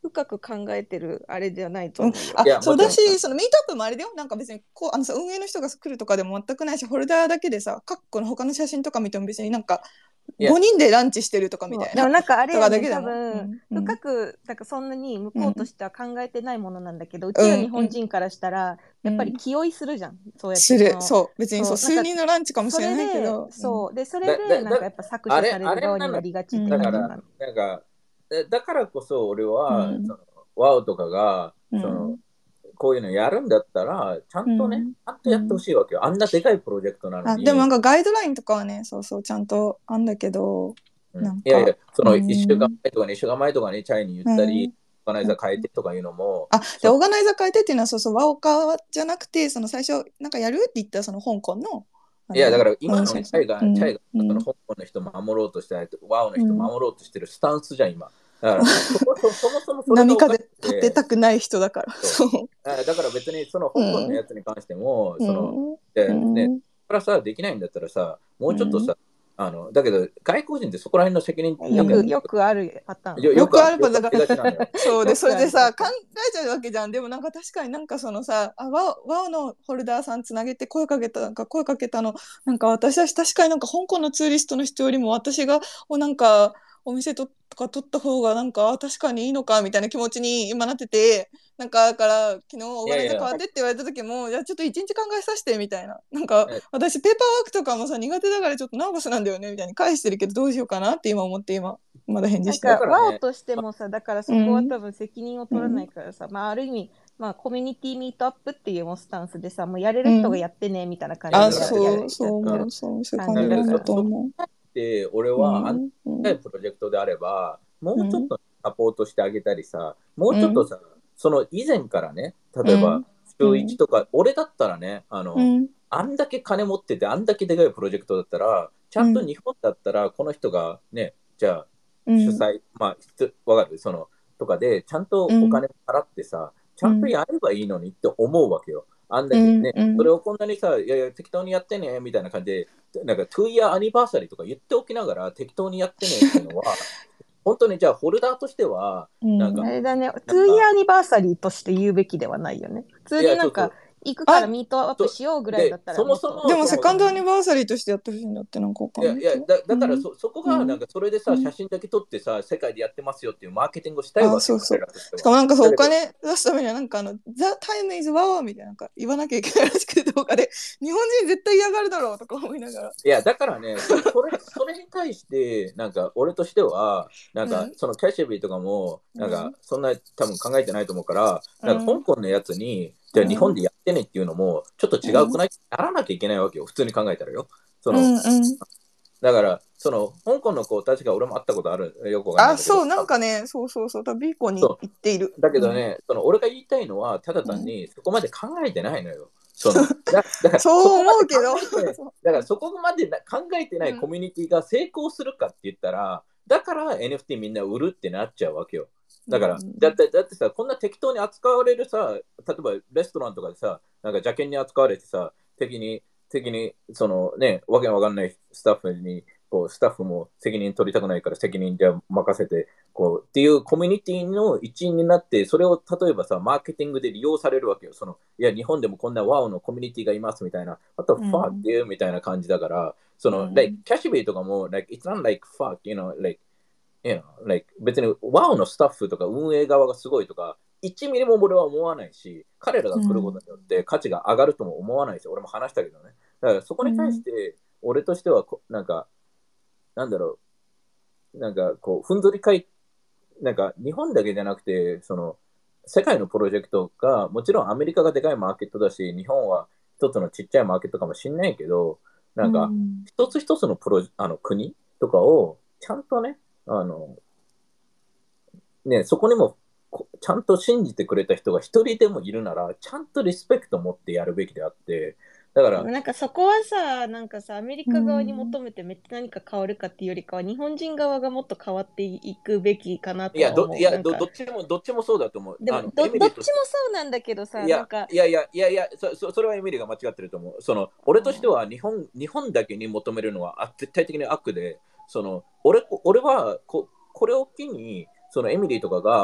深く考えてるあれではないと思うよ。 うん、あいやそうだし、 もちろんそのミートアップもあれだよ。なんか別にこうあのさ運営の人が来るとかでも全くないし、ホルダーだけでさ、各個の他の写真とか見ても別になんかいやごにんでランチしてるとかみたいな。 でもなんかあれとやね、 かだけでも。 多分、 うんうん深くなんかそんなに向こうとしては考えてないものなんだけど、ううんちら日本人からしたら、 うんやっぱり気負いするじゃん、そうやってする。 そのそう。別にそう、 そうなんか数人のランチかもしれないけど。 それでそうでそれだだでなんかやっぱ搾取される側になりがちってだから感じなの。 なんかだだからこそ俺は、 うんそのワオとかが、 うんそのこういうのやるんだったらちゃんとね、 うんちゃんとやってほしいわけよ。あんなでかいプロジェクトなのに。 あでもなんかガイドラインとかはね、そうそう、ちゃんとあんだけど、 うんなんかいやいや、そのうんいっしゅうかんまえとかにしゅうかんまえとかにチャイに言ったり、 うんオーガナイザー変えてとかいうのも、 あで、オーガナイザー変えてっていうのは、そうそう、ワオカじゃなくて、その最初、なんかやるって言ったその香港の。あのいや、だから今のうんチそうそうャイが、 うんチャイがうんその香港の人守ろうとしてない、ワオの人守ろうとしてるスタンスじゃん、今。だからそこそそもそもそれが波おかし風くて立てたくない人だから。 そそう。 あだから別にその香港のやつに関しても、その、 うんでうんね、それはさ、できないんだったらさ、もうちょっとさ、 うんあの、だけど外国人ってそこら辺の責任よく、 うんよくあるパターン。 よよくあるパターンよくありがちなのよ。 そうで、 よくあるそれでさ、考えちゃうわけじゃん。でもなんか確かになんかそのさ、あワオワオのホルダーさんつなげて声かけた、なんか声かけたの、なんか私は確かになんか香港のツーリストの人よりも私が、おなんか、お店とか取った方がなんかあ確かにいいのかみたいな気持ちに今なってて、なんかだから昨日オーガナイザー変わってって言われた時も、じゃあちょっと一日考えさせてみたいな。なんかえ私ペーパーワークとかもさ苦手だからちょっとナーバスなんだよねみたいに返してるけどどうしようかなって今思って今まだ返事なんしてる。 か、 だからねワオとしてもさ、だからそこは多分責任を取らないからさ、まあある意味、まあコミュニティミートアップっていうもスタンスでさ、もうやれる人がやってね、みたいな感じであ、 やそう、 やそうやってる思う、そう、そういう感じなんだと思う。 で、俺は、あんうんなプロジェクトであれば、もうんうちょっとサポートしてあげたりさ、もうちょっとさ、その以前からね、例えば、 うん週いちとか、俺だったらね、あの、 うんあんだけ金持ってて、あんだけでかいプロジェクトだったら、ちゃんと日本だったら、この人がね、じゃあ、 うん主催、まあ、ひつわかるその、とかで、ちゃんとお金払ってさ、ちゃんとやればいいのにって思うわけよ。あんだけね、 うんうんそれをこんなにさ、いやいや、適当にやってね、みたいな感じで、なんか、トゥーイヤーアニバーサリーとか言っておきながら、適当にやってねっていうのは、本当にじゃあ、ホルダーとしては、なんかあ、れだね、トゥーイヤーアニバーサリーとして言うべきではないよね。普通になんか、行くからミートアップしようぐらいだったらそもそもでもセカンドアニーバーサリーとしてやってほしいんだってなんかわかんいやいやないけど。 だだからそ,、そこがなんかそれでさ、 うん写真だけ撮ってさ世界でやってますよっていうマーケティングをしたいわけよ。 あそうそう彼らとしてはしかもなんかそうおだけど金出すためにはなんかあの「The time is wow」みたいななんか言わなきゃいけないらしくて動画で日本人絶対嫌がるだろうとか思いながら。 いやだからねそそれそれに対してなんか俺としてはなんか、 うんそのキャッシュビーとかもなんかうんそんな多分考えてないと思うから、 うんなんか香港のやつにじゃあ日本でやってねっていうのもちょっと違うくない、やらなきゃいけないわけよ普通に考えたらよ。その、 うんうんだからその香港の子確か俺も会ったことあるよくわかんないけどあそうなんかねそうそうそう多分ビーコに行っている。 だけどね、その俺が言いたいのは、ただ単にそこまで考えてないのよ。そのだだからそう思うけどそこまで考えてだからそこまでな考えてないコミュニティが成功するかって言ったら、だから エヌエフティー みんな売るってなっちゃうわけよ。だから、 うんだってだってさ、こんな適当に扱われるさ、例えばレストランとかでさ、なんか邪険に扱われてさ、敵に、敵に、そのね、わけのわかんないスタッフに、こうスタッフも責任取りたくないから責任じゃ任せてこうっていうコミュニティの一員になってそれを例えばさマーケティングで利用されるわけよ。そのいや日本でもこんなワオのコミュニティがいますみたいなあとうん fuck you みたいな感じだからその、 うん like キャッシュベイとかも like it's not like fuck you know like you know like 別にワオのスタッフとか運営側がすごいとかいちミリも俺は思わないし彼らが来ることによって価値が上がるとも思わないし俺も話したけどね。だからそこに対して俺としてはこなんかなんだろう、なんかこう、ふんぞり返い、なんか日本だけじゃなくて、その、世界のプロジェクトが、もちろんアメリカがでかいマーケットだし、日本は一つのちっちゃいマーケットかもしれないけど、なんか、一つ一つのプロあの国とかを、ちゃんとね、あの、ね、そこにも、ちゃんと信じてくれた人が一人でもいるなら、ちゃんとリスペクトを持ってやるべきであって、だから、 なんかそこはさ、なんかさ、アメリカ側に求めてめっちゃ何か変わるかっていうよりかは、日本人側がもっと変わっていくべきかなといや、 は思う。 どいやなんかどどっちも、どっちもそうだと思う。 でもあのどどっちもエミリーとそうなんだけどさ、 いやなんか、 いやいやいやいやそそ、それはエミリーが間違ってると思う。その俺としては日本日本だけに求めるのはあ絶対的に悪で、その俺俺はここれを機にそのエミリーとかが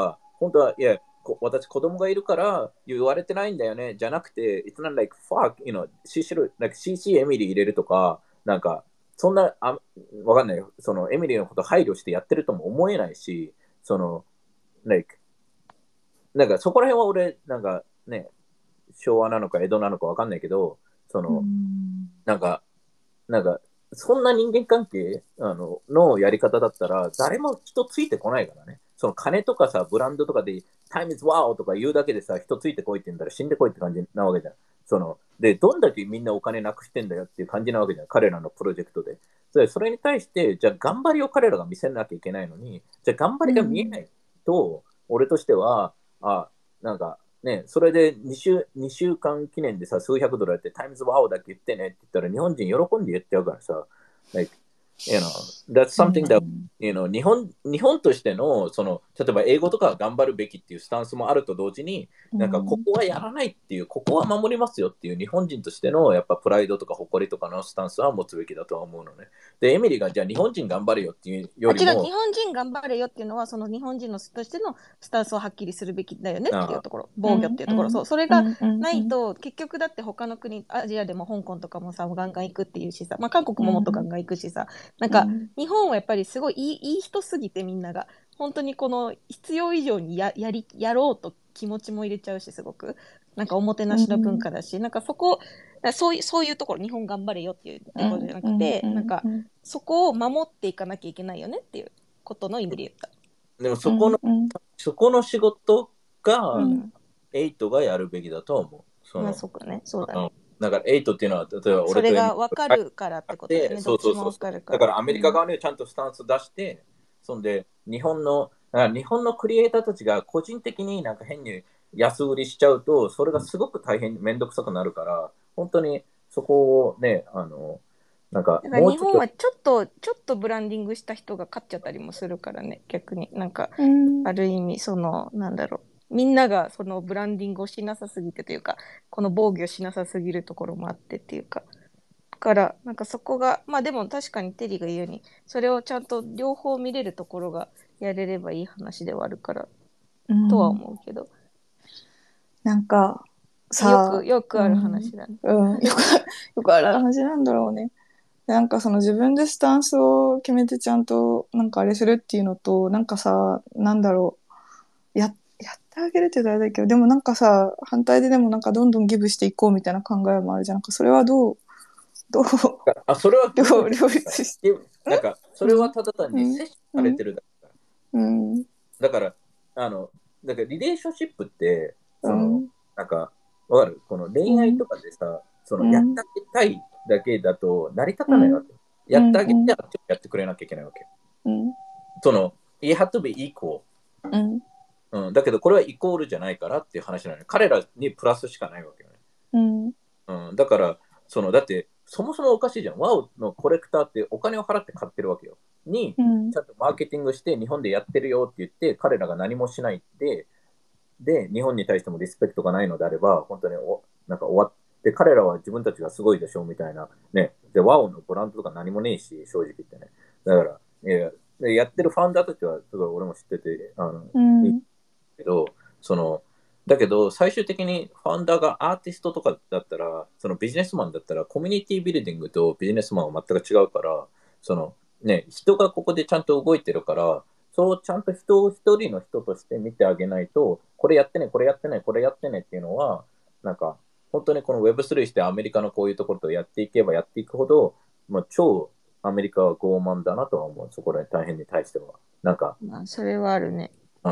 本当は、いや、こ私子供がいるから言われてないんだよね、じゃなくて、it's not like fuck, you know, she should, like シーシー エミリー入れるとか、なんか、そんな、あ、わかんないよ。そのエミリーのこと配慮してやってるとも思えないし、その、like、なんかそこら辺は俺、なんかね、昭和なのか江戸なのかわかんないけど、その、なんか、なんか、そんな人間関係あののやり方だったら、誰も人ついてこないからね。その金とかさ、ブランドとかで、Time is wow とか言うだけでさ、人ついてこいって言うんだら死んでこいって感じなわけじゃん。その、で、どんだけみんなお金なくしてんだよっていう感じなわけじゃん。彼らのプロジェクトで。でそれに対して、じゃあ頑張りを彼らが見せなきゃいけないのに、じゃあ頑張りが見えないと、俺としては、あ、なんか、ね、それで2週、2週間記念でさ、数百ドルやって、タイムズワオだけ言ってねって言ったら、日本人喜んで言っちゃうからさ、like, you know, that's something that, you know, 日本、日本としての、その、例えば英語とか頑張るべきっていうスタンスもあると同時に、なんか、ここはやらないっていう、ここは守りますよっていう日本人としての、やっぱプライドとか誇りとかのスタンスは持つべきだとは思うのね。で、エミリーが、じゃあ日本人頑張れよっていうよりも、 違う、日本人頑張れよっていうのは、その日本人のとしてのスタンスをはっきりするべきだよねっていうところ、防御っていうところ、そう、それがないと、結局だって他の国、アジアでも香港とかもさ、ガンガン行くっていうしさ、まあ韓国ももっとガンガン行くしさ、なんか、日本はやっぱりすごいいい、いい人すぎてみんなが、本当にこの必要以上にや、やり、やろうと気持ちも入れちゃうし、すごく。なんかおもてなしの文化だし、なんかそこ、そういう、そういうところ、日本頑張れよっていうところじゃなくて、なんか、そこを守っていかなきゃいけないよねっていうことの意味で言った。 でもそこの、うんうん、そこの仕事が、エイトがやるべきだと思う。その、 まあ、そうかね。そうだね。 だからエイトっていうのは、例えば俺とそれが分かるからってことだよね。 そうそうそう。 だからアメリカ側にちゃんとスタンス出して、うん、そんで、日本の、日本のクリエイターたちが個人的になんか変に安売りしちゃうと、それがすごく大変、めんどくさくなるから、本当にそこをね、あの、なんか、 だから日本はちょっと、ちょっとブランディングした人が勝っちゃったりもするからね、逆に。なんか、ある意味、その、なんだろう。みんながそのブランディングをしなさすぎてというか、この防御しなさすぎるところもあってっていうか。だから、なんかそこが、まあでも確かにテリーが言うように、それをちゃんと両方見れるところがやれればいい話ではあるから、うん、とは思うけど。 なんか、さよく、よくある話だね。 うん、うん、よく、よくある話なんだろうね。なんかその自分でスタンスを決めてちゃんとなんかあれするっていうのと、なんかさ、なんだろう、や、やってあげるって言うとあれだけど、でもなんかさ、反対ででもなんかどんどんギブしていこうみたいな考えもあるじゃん。なんかそれはどう、どう、 あ、それは両両立して、なんかそれはただ単に摂取されてるだけだ。 うん。うん、 だから、あの、だからリレーションシップって、その、うん、なんか、わかるこの恋愛とかでさ、うん、そのやってあげたいだけだと成り立たないわけ。うん、やってあげて、うん、やってくれなきゃいけないわけ。うん、その、you have to be equal。うんうん、だけど、これはイコールじゃないからっていう話なのよ。彼らにプラスしかないわけよね。うんうん、だから、その、だって、そもそもおかしいじゃん。ワオのコレクターってお金を払って買ってるわけよ。に、ちゃんとマーケティングして日本でやってるよって言って、彼らが何もしないで、で、日本に対してもリスペクトがないのであれば、本当におなんか終わって、彼らは自分たちがすごいでしょみたいな。ね。で、ワオのブランドとか何もねえし、正直言ってね。だから、えー、やってるファウンダーたちはすごい俺も知ってて、あの、うん、いいけど、その、だけど、最終的にファウンダーがアーティストとかだったら、そのビジネスマンだったら、コミュニティビルディングとビジネスマンは全く違うから、その、ね、人がここでちゃんと動いてるから、そうちゃんと人を一人の人として見てあげないと、これやってね、これやってね、これやってねっていうのは、なんか、本当にこの ウェブスリー してアメリカのこういうところとやっていけばやっていくほど、まあ、超アメリカは傲慢だなとは思う、そこら大変に対しては。なんか、 まあ、それはあるね。 うん、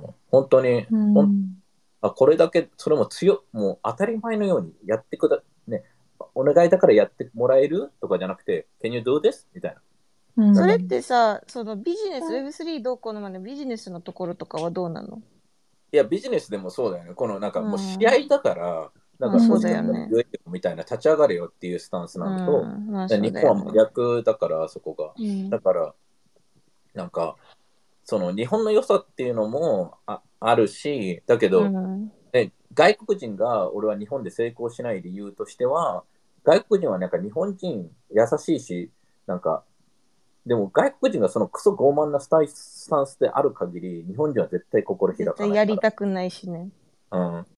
本当に、ほんあこれだけ、それも強、もう当たり前のようにやってくだ、ね、お願いだからやってもらえるとかじゃなくて、Can you do this? みたいな。 うん、それってさ、そのビジネス、ウェブスリー どうこうのまでビジネスのところとかはどうなの？ いや、ビジネスでもそうだよね。このなんかもう試合だから、なんかそうだよね。 みたいな立ち上がるよっていうスタンスなのと、うんまあね、日本は真逆だから、そこが。うん、だから、なんか、その日本の良さっていうのも あ, あるし、だけど、うんね、外国人が俺は日本で成功しない理由としては、外国人はなんか日本人優しいし、なんか、 でも外国人がそのクソ傲慢なスタイスタンスである限り、日本人は絶対心開かないから。 絶対やりたくないしね。 うん。